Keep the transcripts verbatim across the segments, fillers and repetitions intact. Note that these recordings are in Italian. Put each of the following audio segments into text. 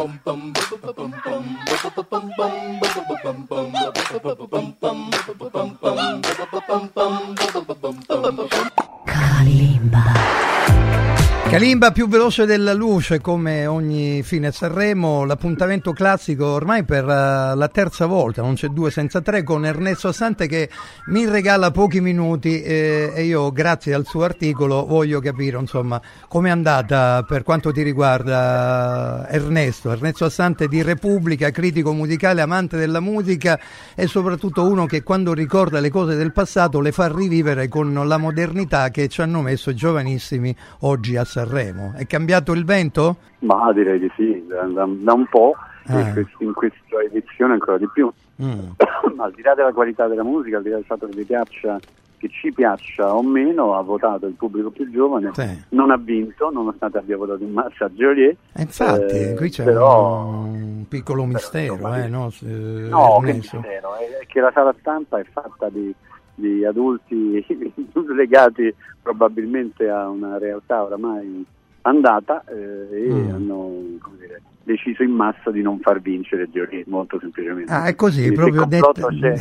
Kalimba più veloce della luce, come ogni fine Sanremo, l'appuntamento classico ormai per uh, la terza volta, non c'è due senza tre, con Ernesto Assante che mi regala pochi minuti eh, e io, grazie al suo articolo, voglio capire insomma com'è andata per quanto ti riguarda Ernesto. Ernesto Assante di Repubblica, critico musicale, amante della musica e soprattutto uno che quando ricorda le cose del passato le fa rivivere con la modernità che ci hanno messo i giovanissimi oggi a Sanremo. È cambiato il vento? Ma direi di sì, da, da, da un po', ah. e in questa edizione ancora di più. Mm. Ma al di là della qualità della musica, al di là del fatto che vi piaccia, che ci piaccia o meno, ha votato il pubblico più giovane, sì. Non ha vinto, nonostante abbia votato in massa a Joliet. E infatti, eh, qui c'è però, un piccolo mistero, però, eh, no? No, che Ernesto. mistero, è che la sala stampa è fatta di di adulti legati probabilmente a una realtà oramai andata eh, e mm. hanno, come dire, deciso in massa di non far vincere Giorgi, molto semplicemente. Ah, è così, quindi proprio detto. C'è,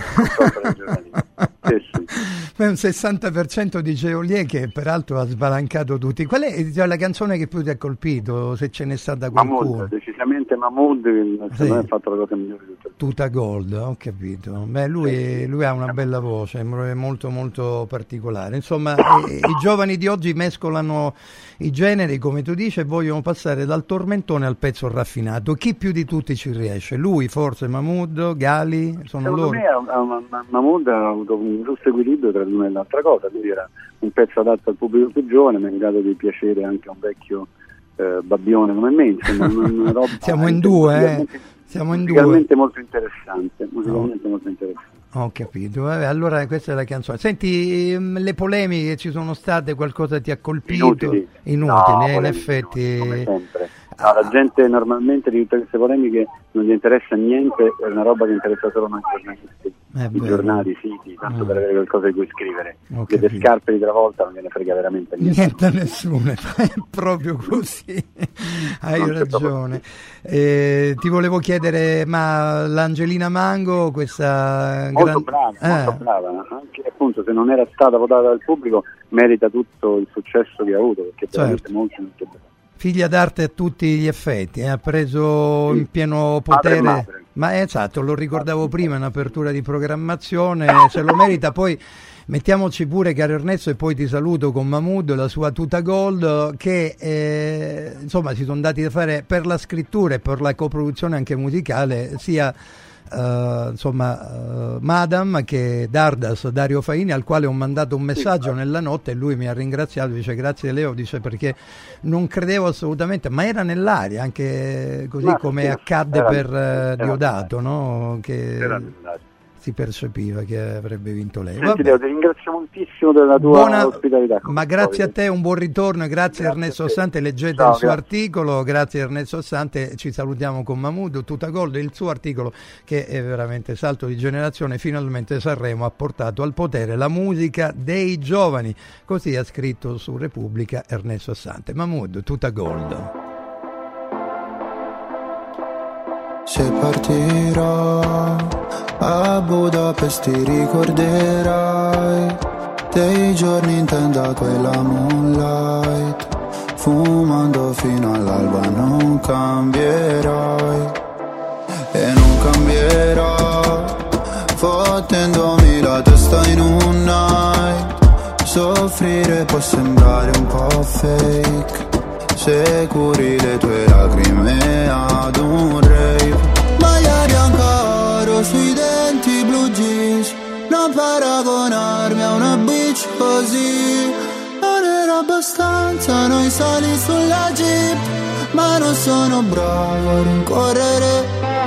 sì, sì. Un sessanta per cento di Geolier che peraltro ha sbalancato tutti. Qual è cioè, la canzone che più ti ha colpito, se ce n'è stata qualcuno? Mahmood, decisamente Mahmood, che sì. non ha fatto la cosa migliore di tutto. Tuta Gold, ho capito. Beh, lui, lui ha una bella voce, è molto molto particolare. Insomma, i, i giovani di oggi mescolano i generi, come tu dici, e vogliono passare dal tormentone al pezzo raffinato. Chi più di tutti ci riesce? Lui, forse, Mahmood, Gali? Sono Secondo loro? me ha, ha, Mahmood ha avuto un giusto equilibrio tra l'una e l'altra cosa, quindi era un pezzo adatto al pubblico più giovane, ma in grado di piacere anche a un vecchio eh, babbione come me, insomma, una roba siamo in due, eh? Siamo in musicalmente due. molto interessante, musicalmente oh. molto interessante. Ho capito, Vabbè, allora questa è la canzone. Senti, le polemiche che ci sono state, qualcosa ti ha colpito? Inutili, Inutili, no, eh, in polemiche effetti. inutili, come sempre. No, la gente normalmente di tutte queste polemiche non gli interessa niente, è una roba che interessa solo noi giornalisti, i giornali, i siti, tanto mm. per avere qualcosa di cui scrivere. Le scarpe di travolta non gliene frega veramente niente. Niente a nessuno, è proprio così, hai non ragione. Eh, ti volevo chiedere, ma l'Angelina Mango, questa... Molto gran... brava, eh. molto brava, anche appunto se non era stata votata dal pubblico merita tutto il successo che ha avuto, perché è certo. veramente molto molto brava. Figlia d'arte a tutti gli effetti, eh? Ha preso sì. in pieno potere, madre, madre. ma è esatto, lo ricordavo prima in apertura di programmazione, se lo merita. Poi mettiamoci pure, caro Ernesto, e poi ti saluto, con Mahmood, la sua Tuta Gold, che eh, insomma si sono dati da fare per la scrittura e per la coproduzione anche musicale, sia Uh, insomma uh, Madam che Dardas, Dario Faini, al quale ho mandato un messaggio sì, nella notte e lui mi ha ringraziato, dice grazie Leo, dice perché non credevo assolutamente, ma era nell'aria anche così ma come sì, accadde era, per uh, Diodato, no? Che era si percepiva che avrebbe vinto lei. Senti, Leo, ti ringrazio moltissimo della tua Buona... ospitalità. Ma grazie a te, un buon ritorno e grazie, grazie Ernesto Assante, leggete Ciao, il suo grazie. articolo, grazie Ernesto Assante, ci salutiamo con Mahmood, Tuta Gold, il suo articolo che è veramente salto di generazione, finalmente Sanremo ha portato al potere la musica dei giovani, così ha scritto su Repubblica Ernesto Assante. Mahmood, Tuta Gold. Se partirò a Budapest ti ricorderai dei giorni in tenda quella moonlight, fumando fino all'alba non cambierai e non cambierò, fottendomi la testa in un night. Soffrire può sembrare un po' fake se curi le tue lacrime ad un rave. Maglia bianca oro sui denti, blue jeans, non paragonarmi a una bitch così. Non era abbastanza noi sali sulla jeep, ma non sono bravo a rincorrere.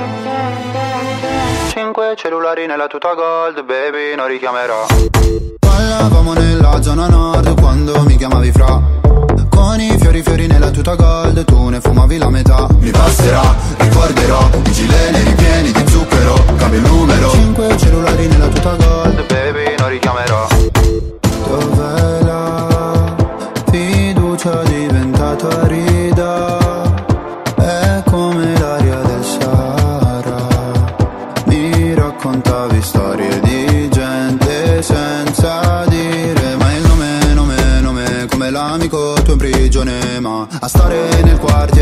Cinque cellulari nella Tuta Gold, baby, non richiamerò. Ballavamo nella zona nord quando mi chiamavi fra, con i fiori fiori nella Tuta Gold, tu ne fumavi la metà. Mi passerà, ricorderò, i gileni ripieni di zucchero, cambio il numero. Cinque cellulari nella Tuta Gold, baby, non richiamerò. Dov'è la fiducia diventata rida? È come l'aria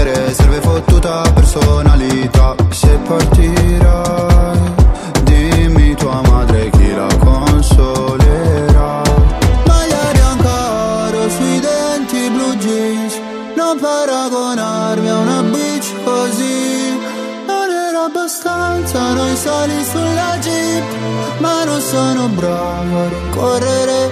scegliere, serve fottuta personalità. Se partirai, dimmi tua madre chi la consolerà. Maglia bianca oro sui denti, blue jeans, non paragonarmi a una bitch così. Non era abbastanza, noi sali sulla jeep, ma non sono bravo a rincorrere.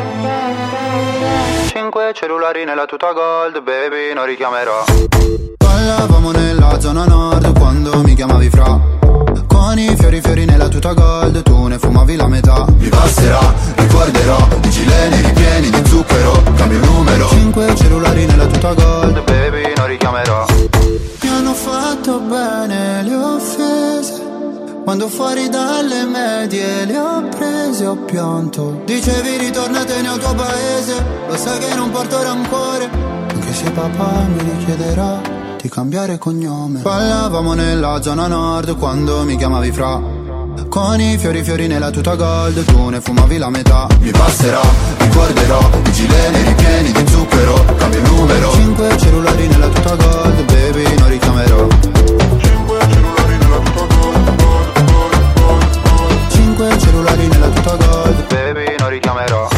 Cinque cellulari nella tuta gold, baby, non richiamerò. Ballavamo nella zona nord quando mi chiamavi fra. Con i fiori fiori nella tuta gold, tu ne fumavi la metà. Mi passerà, ricorderò, di gileni ripieni di zucchero, cambio il numero. Cinque cellulari nella tuta gold, baby, non richiamerò. Mi hanno fatto bene le offese, quando fuori dalle medie le ho prese, ho pianto. Dicevi ritornatene al tuo paese, lo sai che non porto rancore, anche se papà mi richiederà di cambiare cognome. Ballavamo nella zona nord quando mi chiamavi fra. Con i fiori fiori nella tuta gold, tu ne fumavi la metà. Mi passerà, ricorderò, i gileni ripieni di zucchero, cambio il numero. Cinque cellulari nella tuta gold, baby, non richiamerò. Cinque cellulari nella tuta gold, gold, gold, gold. Cinque cellulari nella tuta gold, baby, non richiamerò.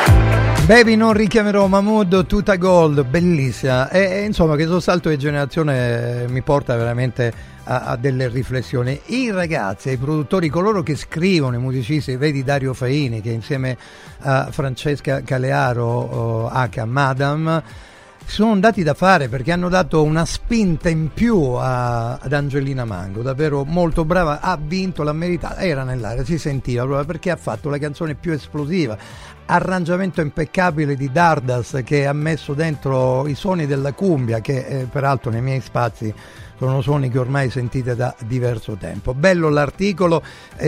Baby non richiamerò, Mahmood, tuta gold, bellissima. E, e insomma questo salto di generazione mi porta veramente a, a delle riflessioni. I ragazzi, i produttori, coloro che scrivono, i musicisti, vedi Dario Faini che insieme a Francesca Calearo, H. Madam, sono dati da fare perché hanno dato una spinta in più a, ad Angelina Mango, davvero molto brava, ha vinto, l'ha meritata, era nell'aria, si sentiva proprio perché ha fatto la canzone più esplosiva, arrangiamento impeccabile di Dardas che ha messo dentro i suoni della cumbia che eh, peraltro nei miei spazi sono suoni che ormai sentite da diverso tempo. Bello l'articolo,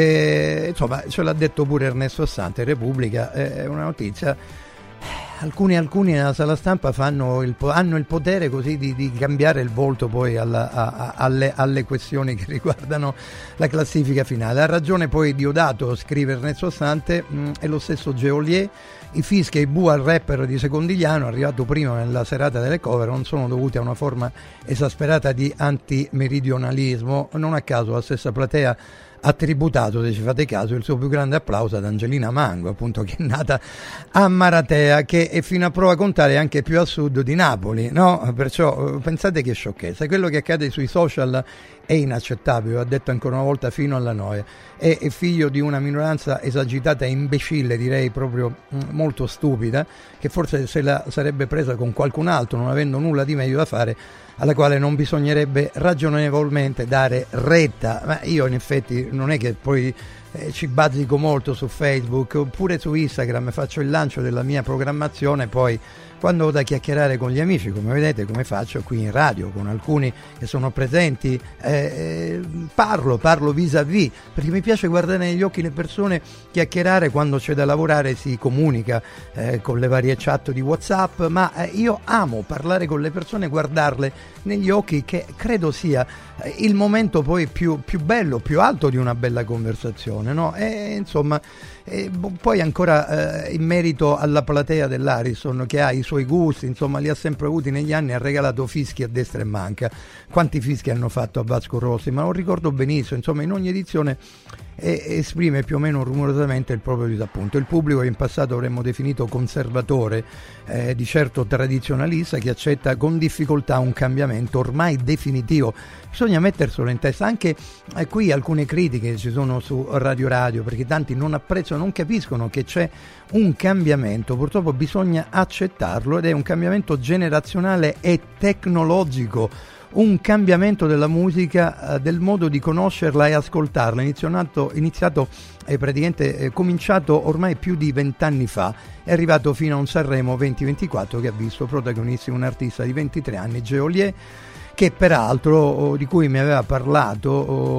eh, insomma ce l'ha detto pure Ernesto Assante, Repubblica, è eh, una notizia. Alcuni alcuni nella sala stampa fanno il, hanno il potere così di, di cambiare il volto poi alla, a, a, alle, alle questioni che riguardano la classifica finale. Ha ragione poi Diodato, scrive Ernesto Assante, mh, è lo stesso Geolier. I fischi e i bu al rapper di Secondigliano, arrivato prima nella serata delle cover, non sono dovuti a una forma esasperata di antimeridionalismo. Non a caso la stessa platea ha tributato, se ci fate caso, il suo più grande applauso ad Angelina Mango, appunto, che è nata a Maratea, che è fino a prova contraria anche più a sud di Napoli, no? Perciò pensate che sciocchezza. Quello che accade sui social è inaccettabile, l'ha detto ancora una volta fino alla noia. È, è figlio di una minoranza esagitata e imbecille, direi proprio mh, molto stupida, che forse se la sarebbe presa con qualcun altro, non avendo nulla di meglio da fare, alla quale non bisognerebbe ragionevolmente dare retta. Ma io in effetti non è che poi eh, ci bazzico molto su Facebook, oppure su Instagram faccio il lancio della mia programmazione, poi quando ho da chiacchierare con gli amici, come vedete, come faccio qui in radio con alcuni che sono presenti, eh, parlo, parlo vis-à-vis, perché mi piace guardare negli occhi le persone, chiacchierare. Quando c'è da lavorare si comunica eh, con le varie chat di WhatsApp, ma eh, io amo parlare con le persone, guardarle negli occhi, che credo sia eh, il momento poi più, più bello, più alto di una bella conversazione, no? E insomma, e poi ancora eh, in merito alla platea dell'Ariston, che ha i suoi gusti, insomma li ha sempre avuti negli anni, ha regalato fischi a destra e manca. Quanti fischi hanno fatto a Vasco Rossi, ma non ricordo benissimo, insomma in ogni edizione eh, esprime più o meno rumorosamente il proprio disappunto. Il pubblico che in passato avremmo definito conservatore, eh, di certo tradizionalista, che accetta con difficoltà un cambiamento ormai definitivo. Bisogna metterselo in testa, anche eh, qui alcune critiche ci sono su Radio Radio, perché tanti non apprezzano, non capiscono che c'è un cambiamento, purtroppo bisogna accettarlo, ed è un cambiamento generazionale e tecnologico, un cambiamento della musica, eh, del modo di conoscerla e ascoltarla, iniziato, iniziato è praticamente eh, cominciato ormai più di vent'anni fa, è arrivato fino a un Sanremo venti ventiquattro che ha visto protagonisti un artista di ventitré anni, Geolier, che peraltro, oh, di cui mi aveva parlato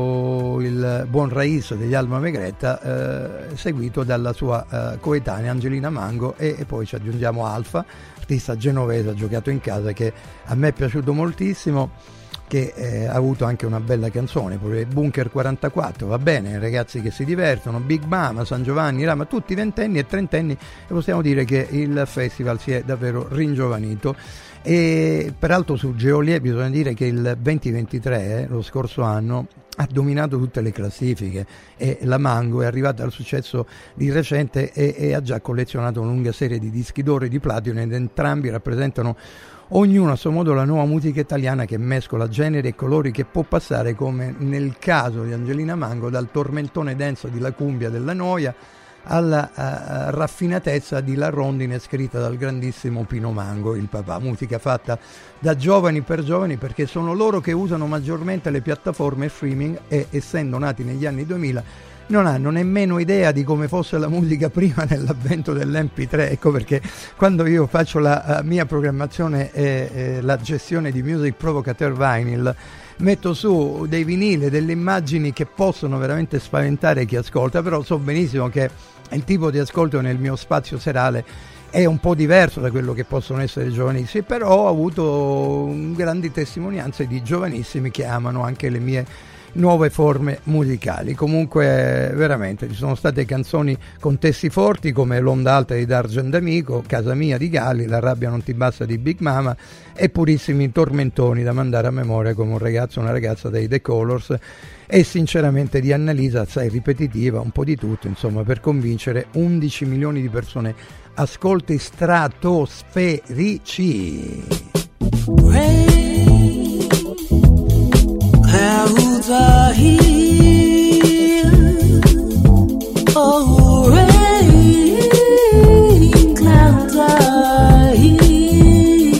oh, il buon Raiz degli Alma Megretta, eh, seguito dalla sua eh, coetanea Angelina Mango, e, e poi ci aggiungiamo Alfa, artista genovese, ha giocato in casa, che a me è piaciuto moltissimo. che eh, ha avuto anche una bella canzone, pure Bunker quarantaquattro, va bene, ragazzi che si divertono, Big Mama, San Giovanni, Rama, tutti ventenni e trentenni, e possiamo dire che il festival si è davvero ringiovanito. E peraltro su Geolier bisogna dire che il duemilaventitré, eh, lo scorso anno, ha dominato tutte le classifiche e la Mango è arrivata al successo di recente e, e ha già collezionato una lunga serie di dischi d'oro e di platino, ed entrambi rappresentano ognuno a suo modo la nuova musica italiana che mescola generi e colori, che può passare, come nel caso di Angelina Mango, dal tormentone denso di La cumbia della noia alla uh, raffinatezza di La rondine scritta dal grandissimo Pino Mango, il papà. Musica fatta da giovani per giovani, perché sono loro che usano maggiormente le piattaforme streaming e, essendo nati negli anni duemila, non hanno nemmeno idea di come fosse la musica prima dell'avvento dell'emme pi tre. Ecco perché quando io faccio la uh, mia programmazione e eh, la gestione di Music Provocateur Vinyl, metto su dei vinili, delle immagini che possono veramente spaventare chi ascolta, però so benissimo che il tipo di ascolto nel mio spazio serale è un po' diverso da quello che possono essere giovanissimi, però ho avuto grandi testimonianze di giovanissimi che amano anche le mie nuove forme musicali. Comunque veramente ci sono state canzoni con testi forti come L'onda alta di D'Argent D'Amico, Casa mia di Galli, La rabbia non ti basta di Big Mama, e purissimi tormentoni da mandare a memoria come Un ragazzo e una ragazza dei The Colors, e sinceramente di Annalisa, assai ripetitiva, un po' di tutto, insomma, per convincere undici milioni di persone. Ascolti stratosferici. Rain, clouds are here. Oh, rain, clouds are here.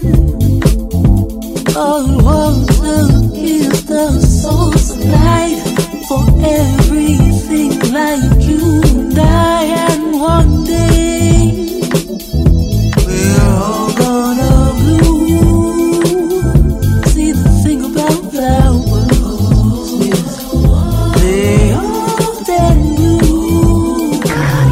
Oh, water is the source of light for everything like you and I, and one day we're all gonna bloom. See, the thing about flowers is they often bloom.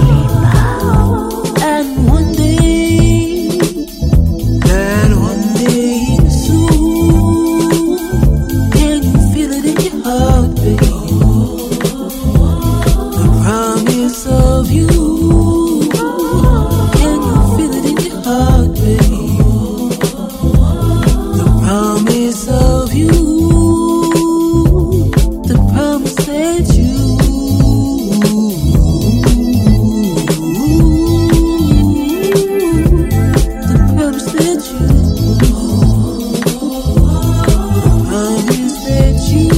And one day, and one day soon, can you feel it in your heart, baby? The promise of you. Can you feel it in your heart, baby? The promise of you. The promise that you. The promise that you. The promise that you.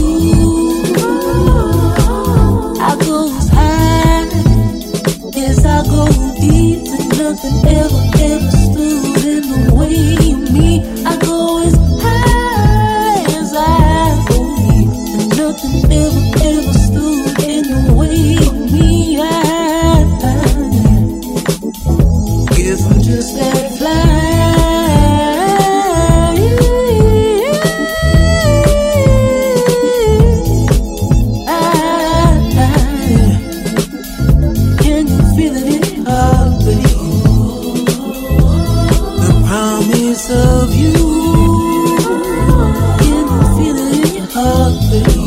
I go as high as I go deep, and nothing ever, ever stood in the way of me. I go as high as I go deep, and nothing ever, ever stood in the way of me. I, guess I'm just that fly. Can you feel it in your heart, baby? The promise of you. Can you feel it in your heart, baby?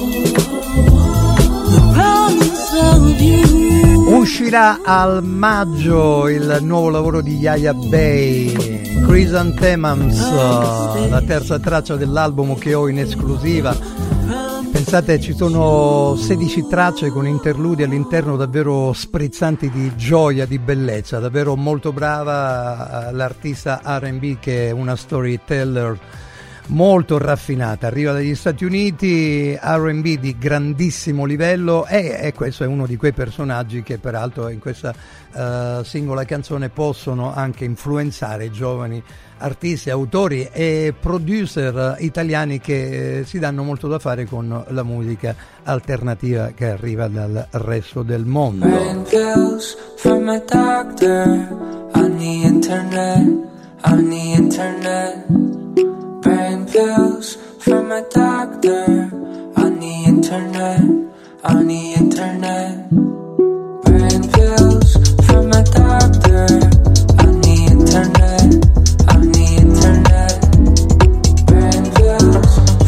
The promise of you. Uscirà al maggio il nuovo lavoro di Yaya Bay, Chrysanthemums, la terza traccia dell'album che ho in esclusiva. Pensate, ci sono sedici tracce con interludi all'interno davvero sprezzanti di gioia, di bellezza, davvero molto brava l'artista R and B, che è una storyteller molto raffinata, arriva dagli Stati Uniti, R and B di grandissimo livello, e, e questo è uno di quei personaggi che peraltro in questa uh, singola canzone possono anche influenzare giovani artisti, autori e producer italiani che eh, si danno molto da fare con la musica alternativa che arriva dal resto del mondo. Brain pills from my doctor on the internet, on the internet. Brain pills from my doctor on the internet, on the internet. Brain pills from my doctor on the internet, on the internet. Brain pills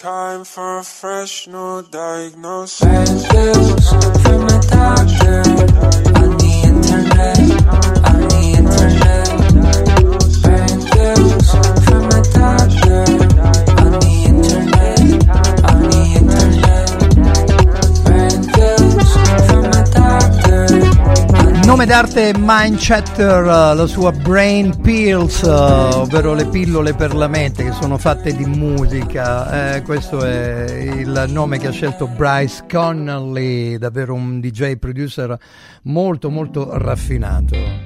time for a fresh no diagnosis. Red pills from a doctor on the internet, on the internet. Red pills from a doctor on the internet, on the internet. Red pills from a doctor. Il nome d'arte è Mindchatter, la sua Brain Pills, ovvero le pillole per la mente che sono fatte di musica. Eh, questo è il nome che ha scelto Bryce Connolly, davvero un D J producer molto molto raffinato.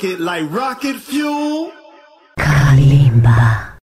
it like rocket fuel. Kalimba.